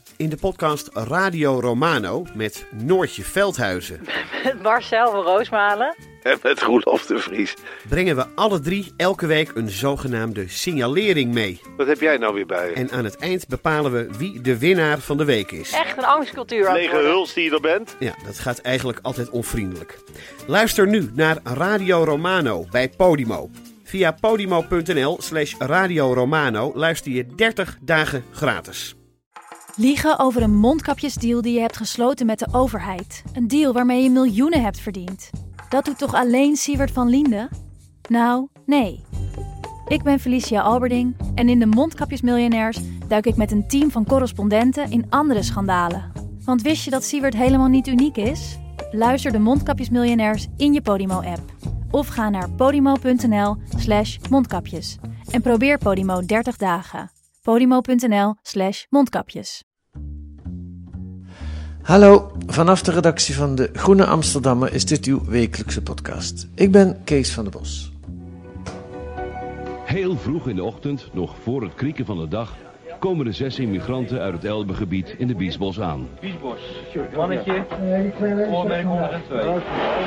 In de podcast Radio Romano met Noortje Veldhuizen. Met Marcel van Roosmalen. En met Roelof de Vries. Brengen we alle drie elke week een zogenaamde signalering mee. Wat heb jij nou weer bij je? En aan het eind bepalen we wie de winnaar van de week is. Echt een angstcultuur. Lege huls die je er bent? Ja, dat gaat eigenlijk altijd onvriendelijk. Luister nu naar Radio Romano bij Podimo. Via podimo.nl/Radio Romano luister je 30 dagen gratis. Liegen over een mondkapjesdeal die je hebt gesloten met de overheid. Een deal waarmee je miljoenen hebt verdiend. Dat doet toch alleen Siewert van Liende? Nou, nee. Ik ben Felicia Alberding en in de Mondkapjesmiljonairs duik ik met een team van correspondenten in andere schandalen. Want wist je dat Siewert helemaal niet uniek is? Luister de Mondkapjesmiljonairs in je Podimo-app. Of ga naar podimo.nl/mondkapjes. En probeer Podimo 30 dagen. podimo.nl/mondkapjes. Hallo, vanaf de redactie van de Groene Amsterdammer is dit uw wekelijkse podcast. Ik ben Kees van der Bos. Heel vroeg in de ochtend, nog voor het krieken van de dag, komen de 6 immigranten uit het Elbegebied in de Biesbos aan. Biesbos, mannetje, oormerk 102.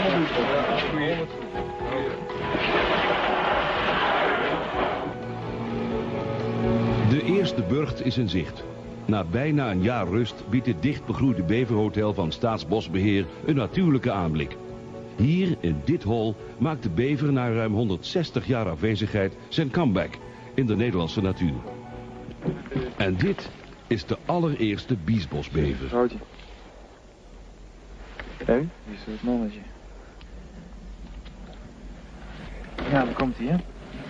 De eerste burcht is in zicht. Na bijna een jaar rust biedt dit dichtbegroeide beverhotel van Staatsbosbeheer een natuurlijke aanblik. Hier, in dit hol, maakt de bever na ruim 160 jaar afwezigheid zijn comeback in de Nederlandse natuur. En dit is de allereerste biesbosbever. Grootje. Hé, dit is het mannetje. Ja, daar komt hij, hè?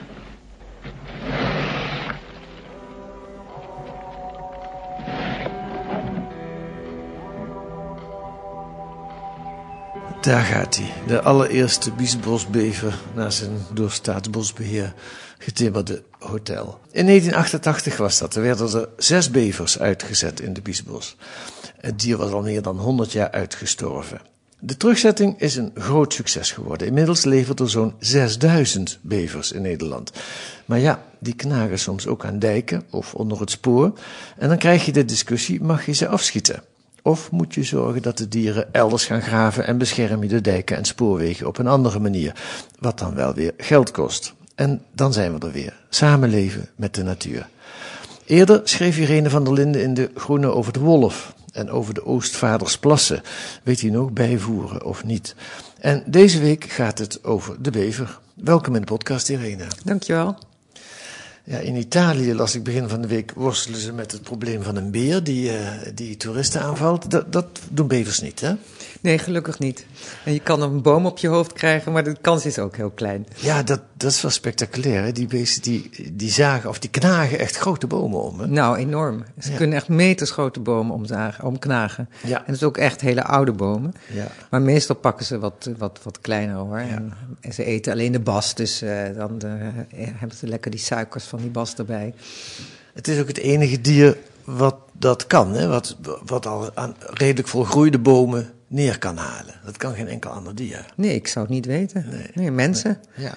Daar gaat hij, de allereerste biesbosbever na zijn door Staatsbosbeheer getimmerde hotel. In 1988 was dat. Er werden er 6 bevers uitgezet in de Biesbos. Het dier was al meer dan 100 jaar uitgestorven. De terugzetting is een groot succes geworden. Inmiddels levert er zo'n 6000 bevers in Nederland. Maar ja, die knagen soms ook aan dijken of onder het spoor. En dan krijg je de discussie, mag je ze afschieten? Of moet je zorgen dat de dieren elders gaan graven en bescherm je de dijken en spoorwegen op een andere manier, wat dan wel weer geld kost. En dan zijn we er weer, samenleven met de natuur. Eerder schreef Irene van der Linden in de Groene over de wolf en over de Oostvaardersplassen. Weet u nog, bijvoeren of niet? En deze week gaat het over de bever. Welkom in de podcast, Irene. Dankjewel. Ja, in Italië, las ik begin van de week, worstelen ze met het probleem van een beer die toeristen aanvalt. Dat doen bevers niet, hè? Nee, gelukkig niet. En je kan een boom op je hoofd krijgen, maar de kans is ook heel klein. Ja, dat is wel spectaculair, hè? Die beesten die zagen of die knagen echt grote bomen om, hè? Nou, enorm. Ze kunnen echt metersgrote bomen omknagen. Ja. En dat is ook echt hele oude bomen. Ja. Maar meestal pakken ze wat kleiner, hoor. Ja. En ze eten alleen de bast, dus dan hebben ze lekker die suikers van die bast erbij. Het is ook het enige dier wat dat kan, hè? Wat al aan redelijk volgroeide bomen neer kan halen. Dat kan geen enkel ander dier. Nee, ik zou het niet weten. Nee, mensen. Nee.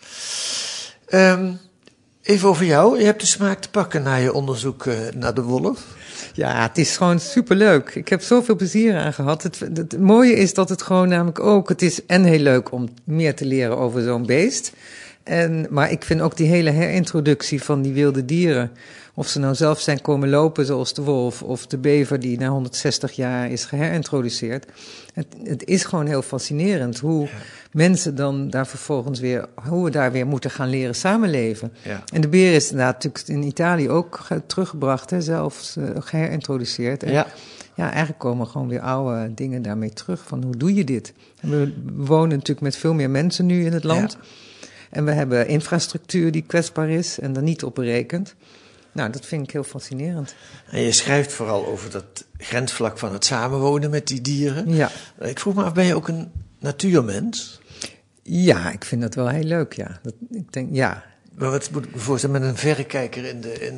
Ja. Even over jou. Je hebt de smaak te pakken na je onderzoek naar de wolf. Ja, het is gewoon superleuk. Ik heb zoveel plezier aan gehad. Het mooie is dat het gewoon namelijk ook... Het is en heel leuk om meer te leren over zo'n beest. Maar ik vind ook die hele herintroductie van die wilde dieren... Of ze nou zelf zijn komen lopen zoals de wolf of de bever die na 160 jaar is geherintroduceerd. Het is gewoon heel fascinerend hoe mensen dan daar vervolgens weer, hoe we daar weer moeten gaan leren samenleven. Ja. En de beer is inderdaad natuurlijk in Italië ook teruggebracht, zelfs geherintroduceerd. En eigenlijk komen gewoon weer oude dingen daarmee terug van hoe doe je dit? En we wonen natuurlijk met veel meer mensen nu in het land. Ja. En we hebben infrastructuur die kwetsbaar is en er niet op berekent. Nou, dat vind ik heel fascinerend. En je schrijft vooral over dat grensvlak van het samenwonen met die dieren. Ja. Ik vroeg me af, ben je ook een natuurmens? Ja, ik vind dat wel heel leuk, ja. Ik denk, ja. Maar wat moet ik me voorstellen, met een verrekijker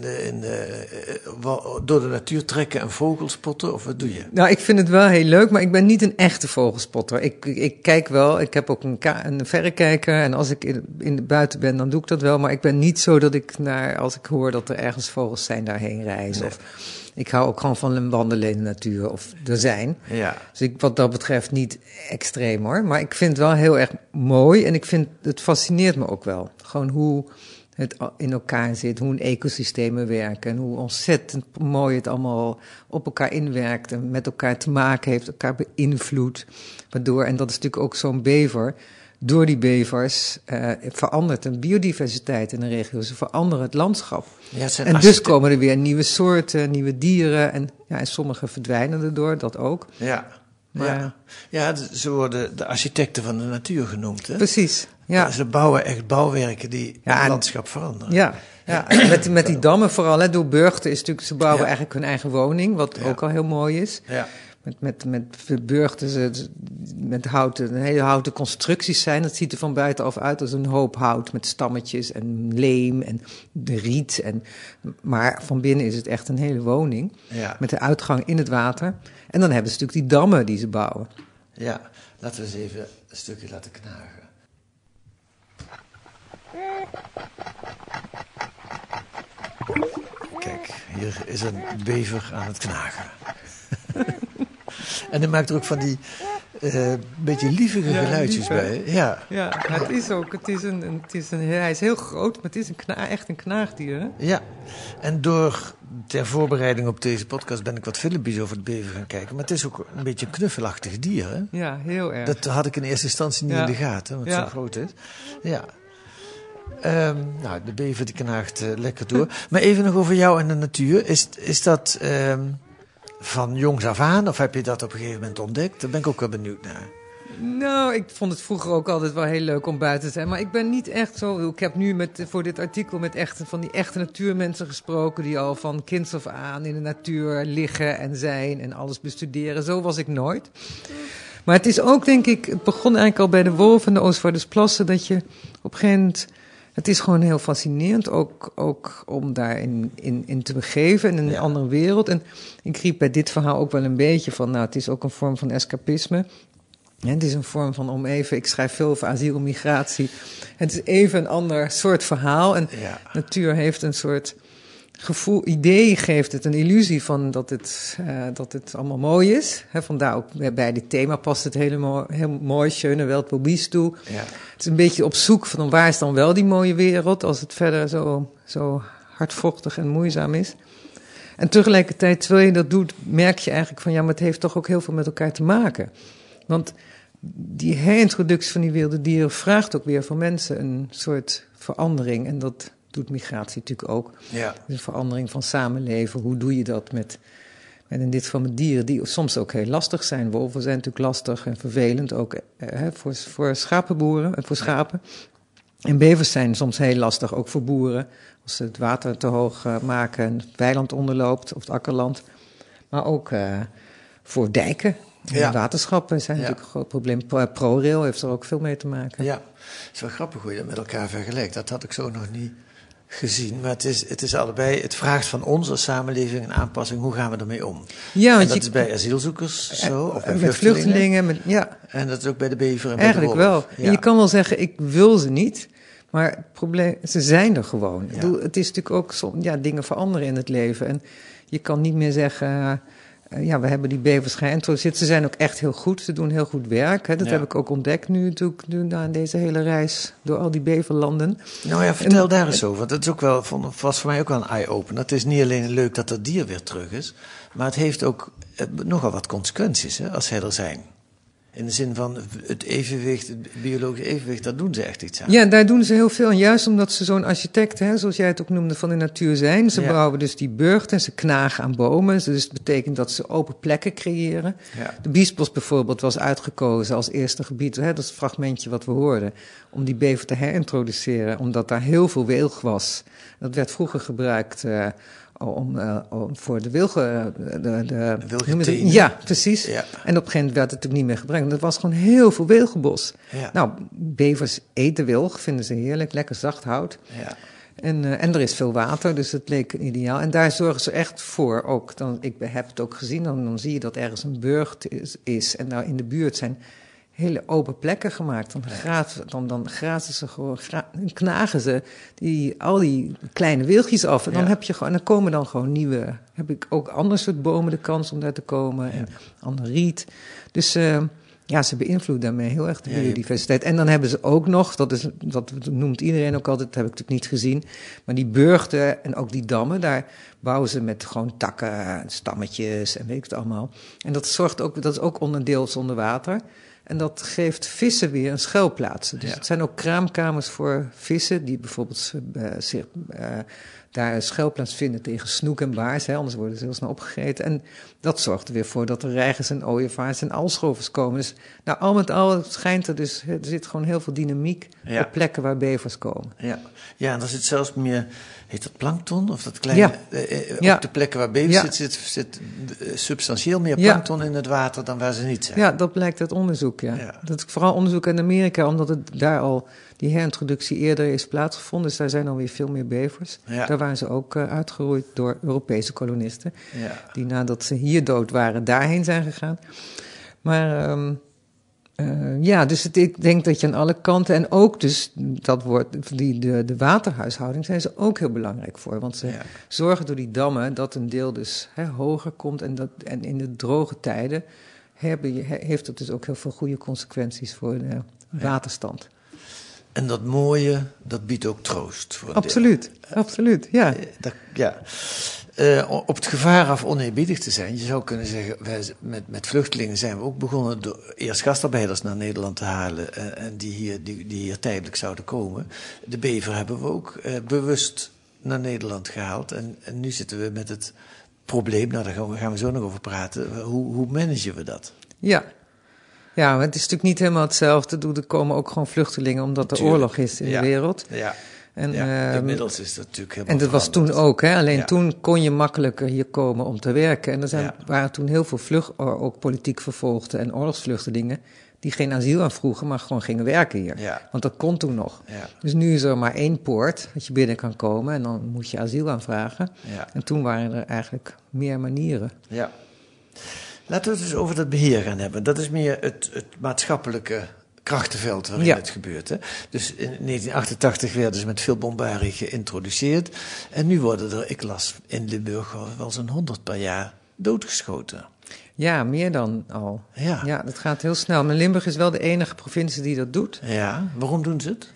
door de natuur trekken en vogels spotten, of wat doe je? Nou, ik vind het wel heel leuk, maar ik ben niet een echte vogelspotter. Ik kijk wel, ik heb ook een verrekijker en als ik in de buiten ben, dan doe ik dat wel. Maar ik ben niet zo dat als ik hoor dat er ergens vogels zijn, daarheen reis. Nee. Of Ik hou ook gewoon van wandelen in de natuur of er zijn. Ja. Dus wat dat betreft niet extreem hoor. Maar ik vind het wel heel erg mooi en het fascineert me ook wel. Gewoon hoe het in elkaar zit, hoe ecosystemen werken en hoe ontzettend mooi het allemaal op elkaar inwerkt en met elkaar te maken heeft, elkaar beïnvloedt. Waardoor, en dat is natuurlijk ook zo'n bever, door die bevers verandert een biodiversiteit in een regio. Ze veranderen het landschap. Ja, het zijn en dus komen er weer nieuwe soorten, nieuwe dieren en sommige verdwijnen erdoor, dat ook. Ja. Maar, ze worden de architecten van de natuur genoemd. Hè? Precies, ja. Ze bouwen echt bouwwerken die het landschap veranderen. Ja, met die dammen vooral. Hè, door Burgten is natuurlijk, ze bouwen eigenlijk hun eigen woning, wat ook al heel mooi is. Ja. Met Burgten, met houten, hele houten constructies zijn. Dat ziet er van buitenaf uit als een hoop hout met stammetjes en leem en de riet. Maar van binnen is het echt een hele woning. Ja. Met de uitgang in het water. En dan hebben ze natuurlijk die dammen die ze bouwen. Ja, laten we eens even een stukje laten knagen. Kijk, hier is een bever aan het knagen. En hij maakt er ook van die beetje lievige geluidjes bij. Ja, het is ook. Hij is heel groot, maar het is echt een knaagdier. Hè? Ja, en ter voorbereiding op deze podcast ben ik wat filmpjes over het bever gaan kijken. Maar het is ook een beetje een knuffelachtig dier, hè? Ja, heel erg. Dat had ik in eerste instantie niet in de gaten, want het zo groot is. Ja. De bever die knaagt lekker door. Maar even nog over jou en de natuur. Is dat van jongs af aan, of heb je dat op een gegeven moment ontdekt? Daar ben ik ook wel benieuwd naar. Nou, ik vond het vroeger ook altijd wel heel leuk om buiten te zijn. Maar ik ben niet echt zo. Ik heb nu voor dit artikel met van die echte natuurmensen gesproken, die al van kinds af aan in de natuur liggen en zijn en alles bestuderen. Zo was ik nooit. Maar het is ook, denk ik, het begon eigenlijk al bij de wolf en de Oostvaardersplassen, dat je op een gegeven moment, het is gewoon heel fascinerend, ook om daarin in te begeven in een andere wereld. En ik riep bij dit verhaal ook wel een beetje van, het is ook een vorm van escapisme. Ja, het is een vorm van ik schrijf veel over asiel en migratie. Het is even een ander soort verhaal. En natuur heeft een soort idee, geeft het een illusie van dat het allemaal mooi is. Vandaar ook bij dit thema past het heel mooi, schöne Welt, wo bist du? Ja. Het is een beetje op zoek van waar is dan wel die mooie wereld, als het verder zo hardvochtig en moeizaam is. En tegelijkertijd, terwijl je dat doet, merk je eigenlijk van, maar het heeft toch ook heel veel met elkaar te maken. Want die herintroductie van die wilde dieren vraagt ook weer van mensen een soort verandering. En dat doet migratie natuurlijk ook. Ja. Dus een verandering van samenleven. Hoe doe je dat met in dit geval met dieren die soms ook heel lastig zijn. Wolven zijn natuurlijk lastig en vervelend ook voor schapenboeren en voor schapen. En bevers zijn soms heel lastig, ook voor boeren. Als ze het water te hoog maken en het weiland onderloopt of het akkerland. Maar ook voor dijken. En waterschappen zijn natuurlijk een groot probleem. ProRail heeft er ook veel mee te maken. Ja, het is wel grappig hoe je dat met elkaar vergelijkt. Dat had ik zo nog niet gezien. Maar het is allebei, het vraagt van ons als samenleving een aanpassing. Hoe gaan we ermee om? Ja, en dat is bij asielzoekers zo, of bij met vluchtelingen. En dat is ook bij de bever en eigenlijk bij de wolf. Wel. En je kan wel zeggen, ik wil ze niet. Maar het probleem, ze zijn er gewoon. Ja. Het is natuurlijk ook, dingen veranderen in het leven. En je kan niet meer zeggen, we hebben die bevers geïntroduceerd. Ze zijn ook echt heel goed, ze doen heel goed werk. Hè. Dat heb ik ook ontdekt nu aan deze hele reis door al die beverlanden. Nou ja, vertel daar eens over. Dat is ook wel, was voor mij ook wel een eye-opener. Het is niet alleen leuk dat dat dier weer terug is, maar het heeft ook nogal wat consequenties als zij er zijn. In de zin van het evenwicht, het biologische evenwicht, daar doen ze echt iets aan. Ja, daar doen ze heel veel. En juist omdat ze zo'n architect, zoals jij het ook noemde, van de natuur zijn. Ze bouwen dus die burchten en ze knagen aan bomen. Dus het betekent dat ze open plekken creëren. Ja. De Biesbos bijvoorbeeld was uitgekozen als eerste gebied. Dat is het fragmentje wat we hoorden. Om die bever te herintroduceren, omdat daar heel veel wilg was. Dat werd vroeger gebruikt voor de wilgen. Ja, precies. Ja. En op een gegeven moment werd het natuurlijk niet meer gebruikt. Dat was gewoon heel veel wilgenbos. Ja. Nou, bevers eten wilg, vinden ze heerlijk, lekker zacht hout. Ja. En er is veel water, dus het leek ideaal. En daar zorgen ze echt voor ook. Ik heb het ook gezien, dan zie je dat ergens een burcht is. En nou in de buurt zijn hele open plekken gemaakt. Dan grazen ze gewoon, knagen ze al die kleine wilgjes af. En dan heb je gewoon, dan komen dan gewoon nieuwe. Heb ik ook ander soort bomen de kans om daar te komen. En ander riet. Dus ze beïnvloeden daarmee heel erg de biodiversiteit. En dan hebben ze ook nog, dat noemt iedereen ook altijd, dat heb ik natuurlijk niet gezien, maar die burchten en ook die dammen, daar bouwen ze met gewoon takken, stammetjes en weet ik het allemaal. En dat is ook onderdeel zonder water. En dat geeft vissen weer een schuilplaats. Dus het zijn ook kraamkamers voor vissen die bijvoorbeeld daar een schuilplaats vinden tegen snoek en baars. Anders worden ze heel snel opgegeten. En dat zorgt er weer voor dat er reigers en ooievaars en aalscholvers komen. Dus al met al schijnt er zit gewoon heel veel dynamiek op plekken waar bevers komen. Ja, en er zit zelfs meer, heet dat plankton? Of dat kleine, op de plekken waar bevers zit substantieel meer plankton in het water dan waar ze niet zijn. Ja, dat blijkt uit onderzoek, Dat is vooral onderzoek in Amerika, omdat het daar al die herintroductie eerder is plaatsgevonden. Dus daar zijn alweer veel meer bevers. Ja. Daar waren ze ook uitgeroeid door Europese kolonisten. Ja. Die nadat ze hier dood waren, daarheen zijn gegaan. Maar dus ik denk dat je aan alle kanten... En ook dus, dat wordt, de waterhuishouding zijn ze ook heel belangrijk voor. Want ze zorgen door die dammen dat een deel dus hoger komt. En in de droge tijden heeft dat dus ook heel veel goede consequenties voor de waterstand. En dat mooie, dat biedt ook troost. Voor absoluut, ja. Op het gevaar af oneerbiedig te zijn, je zou kunnen zeggen, wij met vluchtelingen zijn we ook begonnen door eerst gastarbeiders naar Nederland te halen en die hier tijdelijk zouden komen. De bever hebben we ook bewust naar Nederland gehaald en nu zitten we met het probleem, daar gaan we zo nog over praten, hoe managen we dat? Ja, maar het is natuurlijk niet helemaal hetzelfde. Er komen ook gewoon vluchtelingen omdat er oorlog is in de wereld. Ja. En, inmiddels is dat natuurlijk helemaal en dat was toen ook, alleen toen kon je makkelijker hier komen om te werken. En waren toen heel veel ook politiek vervolgden en oorlogsvluchtelingen die geen asiel aanvroegen, maar gewoon gingen werken hier. Ja. Want dat kon toen nog. Ja. Dus nu is er maar 1 poort dat je binnen kan komen en dan moet je asiel aanvragen. Ja. En toen waren er eigenlijk meer manieren. Ja. Laten we het dus over dat beheer gaan hebben. Dat is meer het maatschappelijke krachtenveld waarin het gebeurt. Hè? Dus in 1988 werden ze met veel bombarie geïntroduceerd. En nu worden er, ik las in Limburg, wel zo'n 100 per jaar doodgeschoten. Ja, meer dan al. Ja, dat gaat heel snel. Maar Limburg is wel de enige provincie die dat doet. Ja, waarom doen ze het?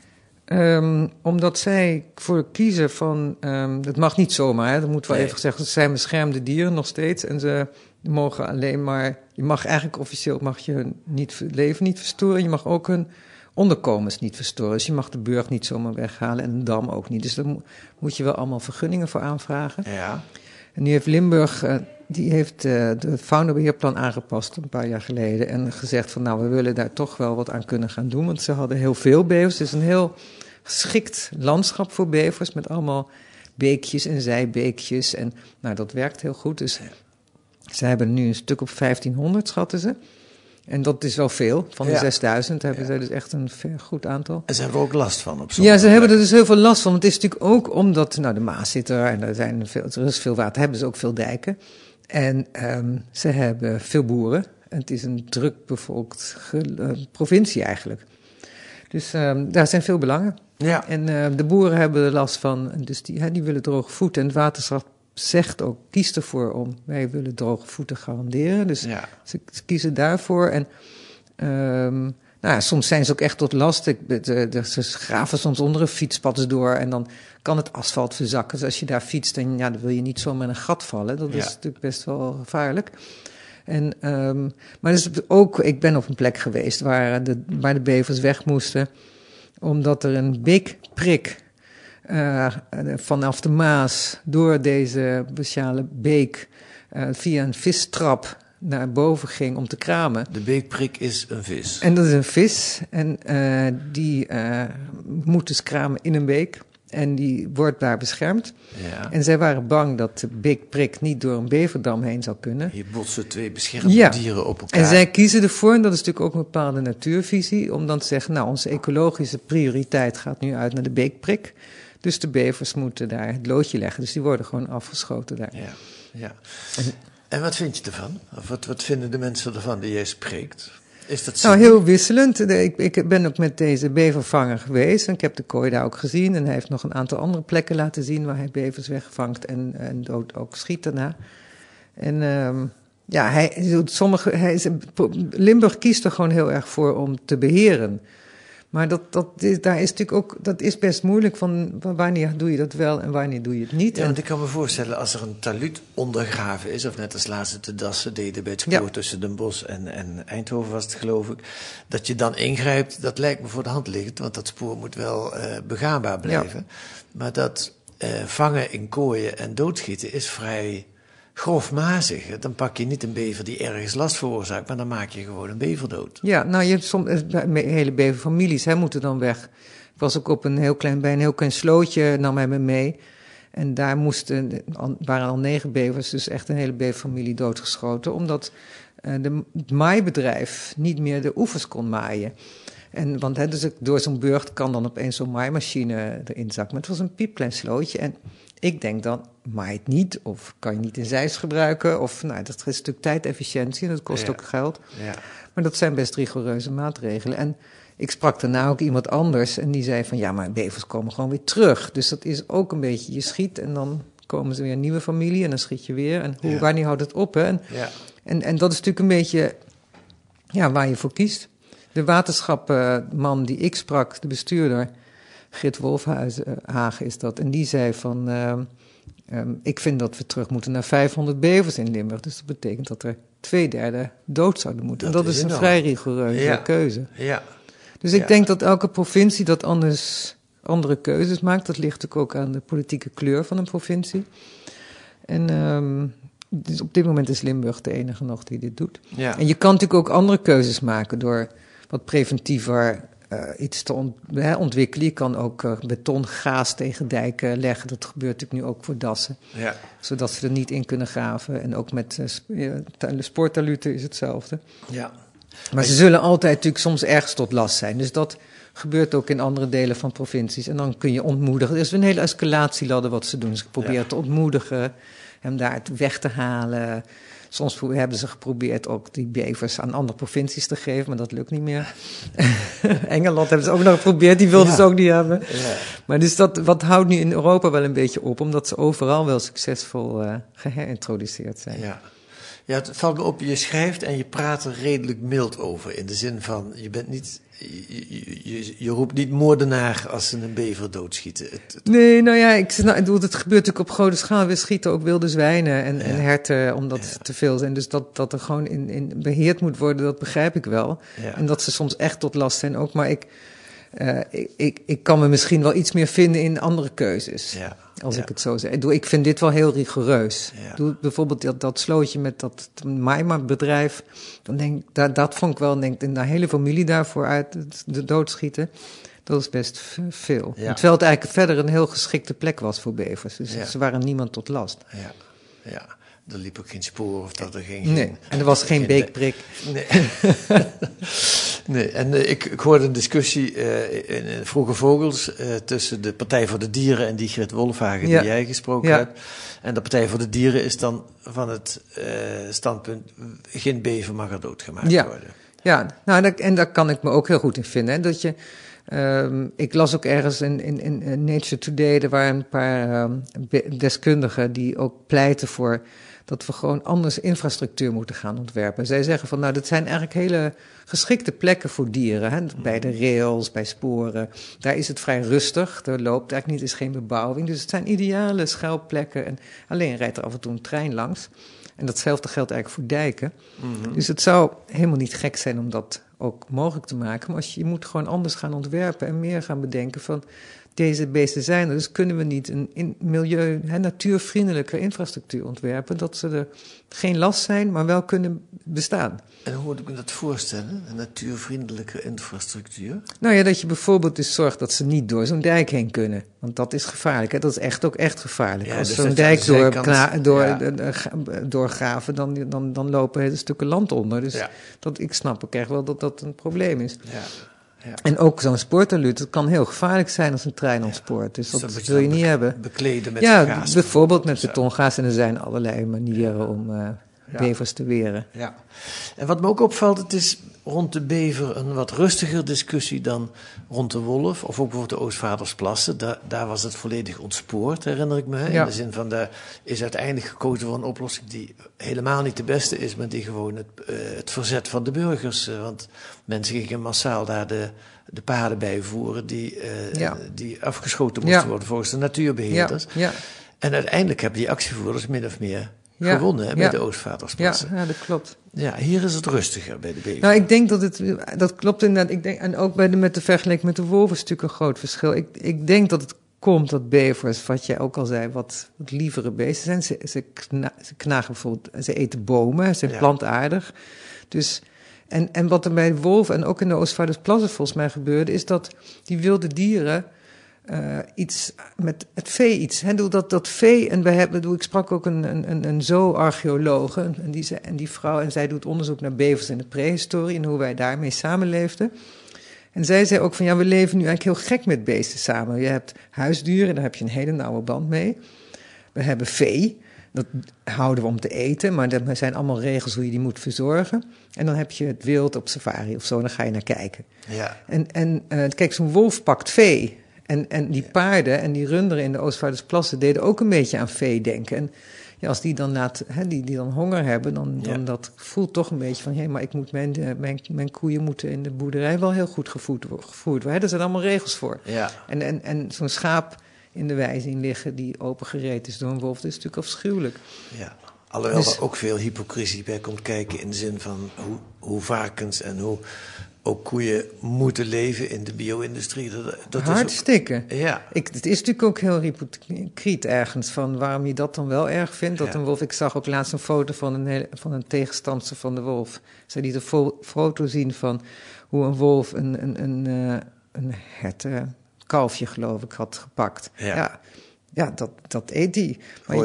Omdat zij voor kiezen van... dat mag niet zomaar, dat moet wel even gezegd. Het zijn beschermde dieren nog steeds. En ze mogen alleen maar... Je mag eigenlijk officieel je hun leven niet verstoren. Je mag ook hun onderkomens niet verstoren. Dus je mag de burg niet zomaar weghalen en een dam ook niet. Dus daar moet je wel allemaal vergunningen voor aanvragen. Ja. En nu heeft Limburg... die heeft de faunabeheerplan aangepast een paar jaar geleden. En gezegd van we willen daar toch wel wat aan kunnen gaan doen. Want ze hadden heel veel bevers. Het is een heel geschikt landschap voor bevers. Met allemaal beekjes en zijbeekjes. En dat werkt heel goed. Dus ze hebben nu een stuk op 1500, schatten ze. En dat is wel veel. Van de 6000 hebben ze dus echt een goed aantal. En ze hebben er ook last van op Ja, ze hebben er dus heel veel last van. Want het is natuurlijk ook omdat de Maas zit er en er is veel water. Hebben ze ook veel dijken. En ze hebben veel boeren. En het is een druk bevolkt provincie eigenlijk. Dus daar zijn veel belangen. Ja. En de boeren hebben er last van. Dus die willen droge voeten. En het waterschap zegt ook, kiest ervoor om, wij willen droge voeten garanderen. Dus ze kiezen daarvoor. En soms zijn ze ook echt tot last. Ze graven soms onder een fietspad door en dan kan het asfalt verzakken. Dus als je daar fietst, dan wil je niet zomaar in een gat vallen. Dat is natuurlijk best wel gevaarlijk. En, maar dus ook, ik ben op een plek geweest waar de bevers weg moesten, omdat er een beekprik vanaf de Maas door deze speciale beek via een vistrap naar boven ging om te kramen. De beekprik is een vis. En dat is een vis. En die moet dus kramen in een beek. En die wordt daar beschermd. Ja. En zij waren bang dat de beekprik niet door een beverdam heen zou kunnen. Hier botsen 2 beschermde dieren op elkaar. En zij kiezen ervoor, en dat is natuurlijk ook een bepaalde natuurvisie, om dan te zeggen, onze ecologische prioriteit gaat nu uit naar de beekprik. Dus de bevers moeten daar het loodje leggen. Dus die worden gewoon afgeschoten daar. Ja. En wat vind je ervan? Of wat vinden de mensen ervan die jij spreekt? Is dat Nou, heel wisselend. Ik ben ook met deze bevervanger geweest en ik heb de kooi daar ook gezien. En hij heeft nog een aantal andere plekken laten zien waar hij bevers wegvangt en dood ook schiet daarna. En Limburg kiest er gewoon heel erg voor om te beheren. Maar daar is natuurlijk ook, dat is best moeilijk van wanneer doe je dat wel en wanneer doe je het niet. Ja, want ik kan me voorstellen, als er een talud ondergraven is, of net als laatst de Dassen deden bij het spoor tussen Den Bosch en Eindhoven was het, geloof ik, dat je dan ingrijpt, dat lijkt me voor de hand liggend, want dat spoor moet wel begaanbaar blijven. Ja. Maar dat vangen in kooien en doodschieten is vrij grofmazig. Dan pak je niet een bever die ergens last veroorzaakt, maar dan maak je gewoon een bever dood. Ja, nou, je hebt soms hele beverfamilies moeten dan weg. Ik was ook bij een heel klein slootje, nam hij me mee. En daar waren al 9 bevers, dus echt een hele beverfamilie doodgeschoten, omdat het maaibedrijf niet meer de oevers kon maaien. Want dus door zo'n burcht kan dan opeens zo'n maaimachine erin zakken. Maar het was een piepklein slootje en ik denk dan, maai het niet, of kan je niet in zeis gebruiken, of dat is een stuk tijdefficiëntie en dat kost ook geld. Ja. Maar dat zijn best rigoureuze maatregelen. En ik sprak daarna ook iemand anders en die zei van, ja, maar bevers komen gewoon weer terug. Dus dat is ook een beetje, je schiet en dan komen ze weer een nieuwe familie en dan schiet je weer. En wanneer houdt het op, hè? En dat is natuurlijk een beetje, waar je voor kiest. De waterschapman die ik sprak, de bestuurder, Grit Wolfhagen is dat. En die zei van, ik vind dat we terug moeten naar 500 bevers in Limburg. Dus dat betekent dat er 2/3 dood zouden moeten. En dat is een vrij rigoureuze keuze. Ja. Dus ik denk dat elke provincie dat andere keuzes maakt. Dat ligt natuurlijk ook aan de politieke kleur van een provincie. En dus op dit moment is Limburg de enige nog die dit doet. Ja. En je kan natuurlijk ook andere keuzes maken door wat preventiever iets te ontwikkelen. Je kan ook betongaas tegen dijken leggen. Dat gebeurt natuurlijk nu ook voor dassen. Ja. Zodat ze er niet in kunnen graven. En ook met spoortaluten is hetzelfde. Ja. Maar ze zullen altijd natuurlijk soms ergens tot last zijn. Dus dat gebeurt ook in andere delen van provincies. En dan kun je ontmoedigen. Er is een hele escalatieladder wat ze doen. Ze proberen te ontmoedigen, hem daar weg te halen. Soms hebben ze geprobeerd ook die bevers aan andere provincies te geven, maar dat lukt niet meer. Engeland hebben ze ook nog geprobeerd, die wilden ze ook niet hebben. Ja. Maar dus wat houdt nu in Europa wel een beetje op, omdat ze overal wel succesvol geherintroduceerd zijn. Ja. Ja, het valt me op, je schrijft en je praat er redelijk mild over. In de zin van, je bent niet, je roept niet moordenaar als ze een bever doodschieten. Nee, het gebeurt natuurlijk op grote schaal. We schieten ook wilde zwijnen en herten, omdat ze te veel zijn. Dus dat er gewoon in beheerd moet worden, dat begrijp ik wel. Ja. En dat ze soms echt tot last zijn ook. Maar ik kan me misschien wel iets meer vinden in andere keuzes. Ja. Als ik het zo zeg. Ik vind dit wel heel rigoureus. Ja. Bijvoorbeeld dat slootje met dat maaibedrijf. Dan denk ik, dat vond ik wel, denk ik, de hele familie daarvoor uit de dood schieten. Dat is best veel. Ja. Terwijl het eigenlijk verder een heel geschikte plek was voor bevers. Dus ze waren niemand tot last. Ja. Er liep ook geen spoor of dat er ging. Nee, en er was geen beekprik. Nee. Nee, en ik hoorde een discussie in Vroege Vogels tussen de Partij voor de Dieren en die Grit Wolfhagen die jij gesproken hebt. En de Partij voor de Dieren is dan van het standpunt, geen bever mag er doodgemaakt worden. Ja, en daar kan ik me ook heel goed in vinden. Hè, dat je, ik las ook ergens in Nature Today, er waren een paar deskundigen die ook pleiten voor dat we gewoon anders infrastructuur moeten gaan ontwerpen. Zij zeggen van, dat zijn eigenlijk hele geschikte plekken voor dieren. Hè? Bij de rails, bij sporen. Daar is het vrij rustig. Er loopt eigenlijk niet, is geen bebouwing. Dus het zijn ideale schuilplekken. En alleen rijdt er af en toe een trein langs. En datzelfde geldt eigenlijk voor dijken. Mm-hmm. Dus het zou helemaal niet gek zijn om dat ook mogelijk te maken. Maar je moet gewoon anders gaan ontwerpen en meer gaan bedenken van, deze beesten zijn er, dus kunnen we niet een natuurvriendelijke infrastructuur ontwerpen, dat ze er geen last zijn, maar wel kunnen bestaan. En hoe moet ik me dat voorstellen, een natuurvriendelijke infrastructuur? Dat je bijvoorbeeld dus zorgt dat ze niet door zo'n dijk heen kunnen. Want dat is gevaarlijk, hè? Dat is echt gevaarlijk. Ja, als dus zo'n dijk doorgraven, dan lopen hele stukken land onder. Dus ik snap ook echt wel dat dat een probleem is. Ja. Ja. En ook zo'n spoortalud, het kan heel gevaarlijk zijn als een trein ontspoort. Dus dat wil je niet hebben. Bekleden met gaas. Bijvoorbeeld met betongaas. En er zijn allerlei manieren bevers te weren. Ja. En wat me ook opvalt, het is rond de bever een wat rustiger discussie dan rond de wolf. Of ook bijvoorbeeld de Oostvaardersplassen. Daar was het volledig ontspoord, herinner ik me. Ja. In de zin van, daar is uiteindelijk gekozen voor een oplossing die helemaal niet de beste is, maar die gewoon het verzet van de burgers. Want mensen gingen massaal daar de paarden bijvoeren die afgeschoten moesten worden volgens de natuurbeheerders. Ja. En uiteindelijk hebben die actievoerders min of meer gewonnen bij de Oostvaardersplassen. Ja, dat klopt. Ja, hier is het rustiger bij de bever. Nou, ik denk dat klopt inderdaad. Ik denk, en ook met de vergelijking met de wolf is natuurlijk een groot verschil. Ik denk dat het komt dat bevers, wat jij ook al zei, wat lievere beesten zijn. Ze knagen bijvoorbeeld, ze eten bomen, ze zijn plantaardig. Dus, en wat er bij de wolf en ook in de Oostvaardersplassen volgens mij gebeurde, is dat die wilde dieren iets met het vee iets. Dat vee, en ik sprak ook een zoo-archeologe, en die vrouw, en zij doet onderzoek naar bevers in de prehistorie en hoe wij daarmee samenleefden. En zij zei ook van, ja, we leven nu eigenlijk heel gek met beesten samen. Je hebt huisdieren, daar heb je een hele nauwe band mee. We hebben vee, dat houden we om te eten, maar er zijn allemaal regels hoe je die moet verzorgen. En dan heb je het wild op safari of zo, dan ga je naar kijken. Ja. En kijk, zo'n wolf pakt vee. En die paarden en die runderen in de Oostvaardersplassen deden ook een beetje aan vee denken. En ja, als die dan die dan honger hebben, dan dat voelt toch een beetje van, maar ik moet mijn koeien moeten in de boerderij wel heel goed gevoed worden. Daar zijn allemaal regels voor. Ja. En zo'n schaap in de wei zien liggen die opengereten is door een wolf, dat is natuurlijk afschuwelijk. Ja. Alhoewel er ook veel hypocrisie bij komt kijken in de zin van hoe varkens en hoe ook koeien moeten leven in de bio-industrie. Hartstikke. Ja. Het is natuurlijk ook heel hypocriet ergens van waarom je dat dan wel erg vindt. Dat een wolf, ik zag ook laatst een foto van een tegenstandster van de wolf. Zij liet een foto zien van hoe een wolf een kalfje, geloof ik, had gepakt. Ja, dat eet hij.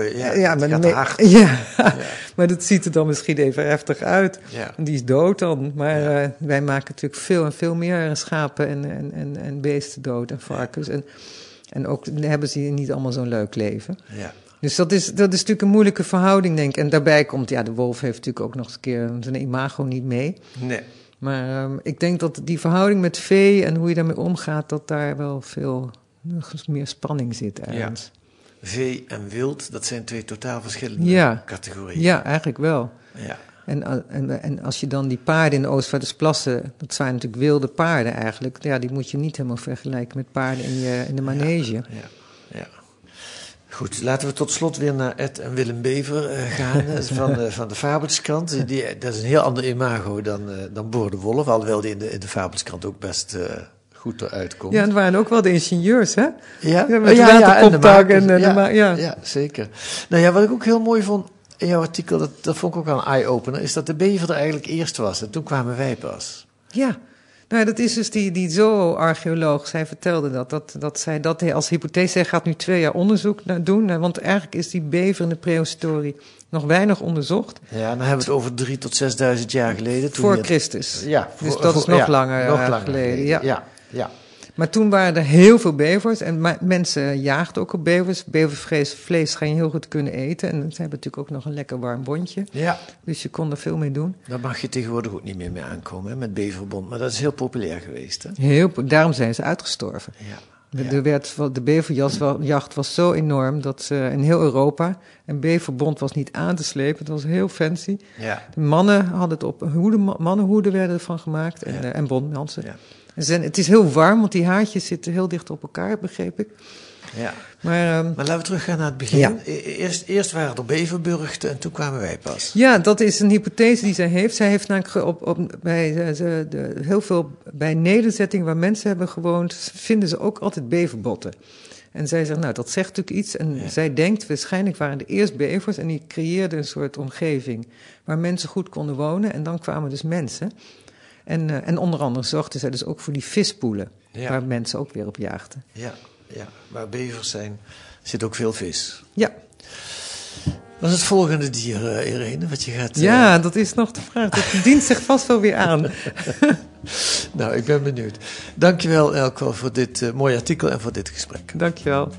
Maar dat ziet er dan misschien even heftig uit. Ja. Die is dood dan. Maar wij maken natuurlijk veel en veel meer schapen en beesten dood en varkens. Ja. En ook hebben ze niet allemaal zo'n leuk leven. Ja. Dus dat is natuurlijk een moeilijke verhouding, denk ik. En daarbij komt, de wolf heeft natuurlijk ook nog eens een keer zijn imago niet mee. Nee. Maar ik denk dat die verhouding met vee en hoe je daarmee omgaat, dat daar wel veel meer spanning zit ergens. Ja. Vee en wild, dat zijn twee totaal verschillende categorieën. Ja, eigenlijk wel. Ja. En als je dan die paarden in de Oostvaardersplassen, dat zijn natuurlijk wilde paarden eigenlijk, die moet je niet helemaal vergelijken met paarden in de manege. Ja. Goed, laten we tot slot weer naar Ed en Willem Bever gaan van de Fabeltjeskrant. Dat is een heel ander imago dan Boer de Wolf, alhoewel die in de Fabeltjeskrant ook best goed eruit komt. Ja, en het waren ook wel de ingenieurs, hè? Ja, met ja, zeker. Nou ja, wat ik ook heel mooi vond in jouw artikel, dat vond ik ook al een eye-opener, is dat de bever er eigenlijk eerst was en toen kwamen wij pas. Ja, nou dat is dus die zoo-archeoloog, zij vertelde dat zij dat als hypothese, zij gaat nu 2 jaar onderzoek naar doen, want eigenlijk is die bever in de prehistorie nog weinig onderzocht. Ja, dan hebben we het over 3.000 tot 6.000 jaar geleden. Voor Christus. Ja. Dus dat is nog langer geleden. Ja. Maar toen waren er heel veel bevers en mensen jaagden ook op bevers. Bevervlees ga je heel goed kunnen eten en ze hebben natuurlijk ook nog een lekker warm bondje. Ja. Dus je kon er veel mee doen. Daar mag je tegenwoordig ook niet meer mee aankomen, hè, met beverbond. Maar dat is heel populair geweest. Hè? Daarom zijn ze uitgestorven. Ja. De beverjacht was zo enorm dat ze in heel Europa, een beverbond was niet aan te slepen, het was heel fancy. Ja. De mannen hadden het op mannenhoeden werden ervan gemaakt en bondmansen. Ja. Het is heel warm, want die haartjes zitten heel dicht op elkaar, begreep ik. Ja. Maar laten we teruggaan naar het begin. Ja. Eerst waren er beverburgten en toen kwamen wij pas. Ja, dat is een hypothese die zij heeft. Zij heeft namelijk heel veel bij nederzettingen waar mensen hebben gewoond, vinden ze ook altijd beverbotten. En zij zegt, dat zegt natuurlijk iets. En zij denkt, waarschijnlijk waren er eerst bevers en die creëerden een soort omgeving waar mensen goed konden wonen. En dan kwamen dus mensen. En onder andere zorgden zij dus ook voor die vispoelen, waar mensen ook weer op jaagden. Ja, waar bevers zijn, zit ook veel vis. Ja. Wat is het volgende dier, Irene, wat je gaat... Ja, dat is nog de vraag. Dat dient zich vast wel weer aan. Nou, ik ben benieuwd. Dankjewel, Elko, voor dit mooie artikel en voor dit gesprek. Dankjewel.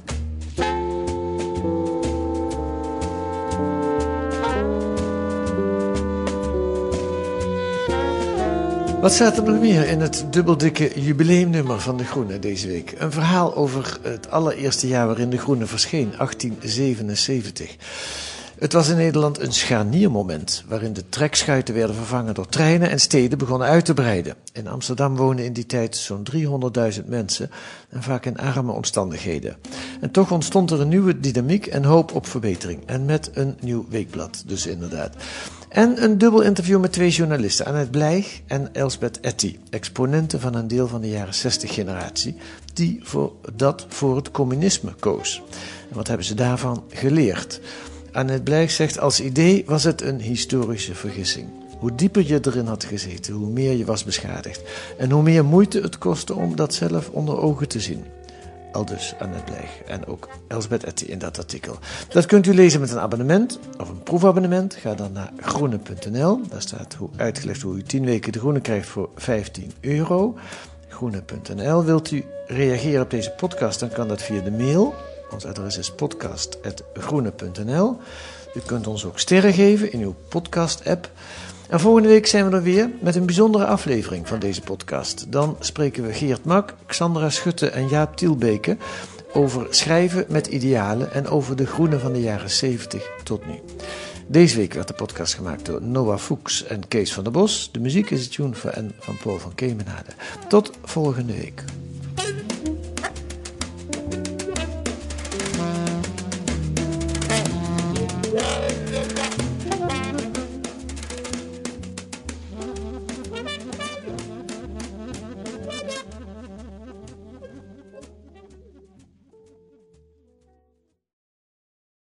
Wat staat er nog meer in het dubbeldikke jubileumnummer van De Groene deze week? Een verhaal over het allereerste jaar waarin De Groene verscheen, 1877. Het was in Nederland een scharniermoment, waarin de trekschuiten werden vervangen door treinen en steden begonnen uit te breiden. In Amsterdam woonden in die tijd zo'n 300.000 mensen en vaak in arme omstandigheden. En toch ontstond er een nieuwe dynamiek en hoop op verbetering. En met een nieuw weekblad, dus inderdaad. En een dubbel interview met 2 journalisten, Annette Blijch en Elsbeth Etty, exponenten van een deel van de jaren 60 generatie, die voor het communisme koos. En wat hebben ze daarvan geleerd? Annette Blijch zegt, als idee was het een historische vergissing. Hoe dieper je erin had gezeten, hoe meer je was beschadigd. En hoe meer moeite het kostte om dat zelf onder ogen te zien. Aldus Annette Blijch en ook Elsbeth Etty in dat artikel. Dat kunt u lezen met een abonnement of een proefabonnement. Ga dan naar groene.nl. Daar staat uitgelegd hoe u 10 weken De Groene krijgt voor €15. Groene.nl. Wilt u reageren op deze podcast, dan kan dat via de mail. Ons adres is podcast@groene.nl. U kunt ons ook sterren geven in uw podcast-app. En volgende week zijn we er weer met een bijzondere aflevering van deze podcast. Dan spreken we Geert Mak, Xandra Schutte en Jaap Tielbeke over schrijven met idealen en over De Groene van de jaren 70 tot nu. Deze week werd de podcast gemaakt door Noah Fuchs en Kees van der Bos. De muziek is het tune van Paul van Kemenade. Tot volgende week.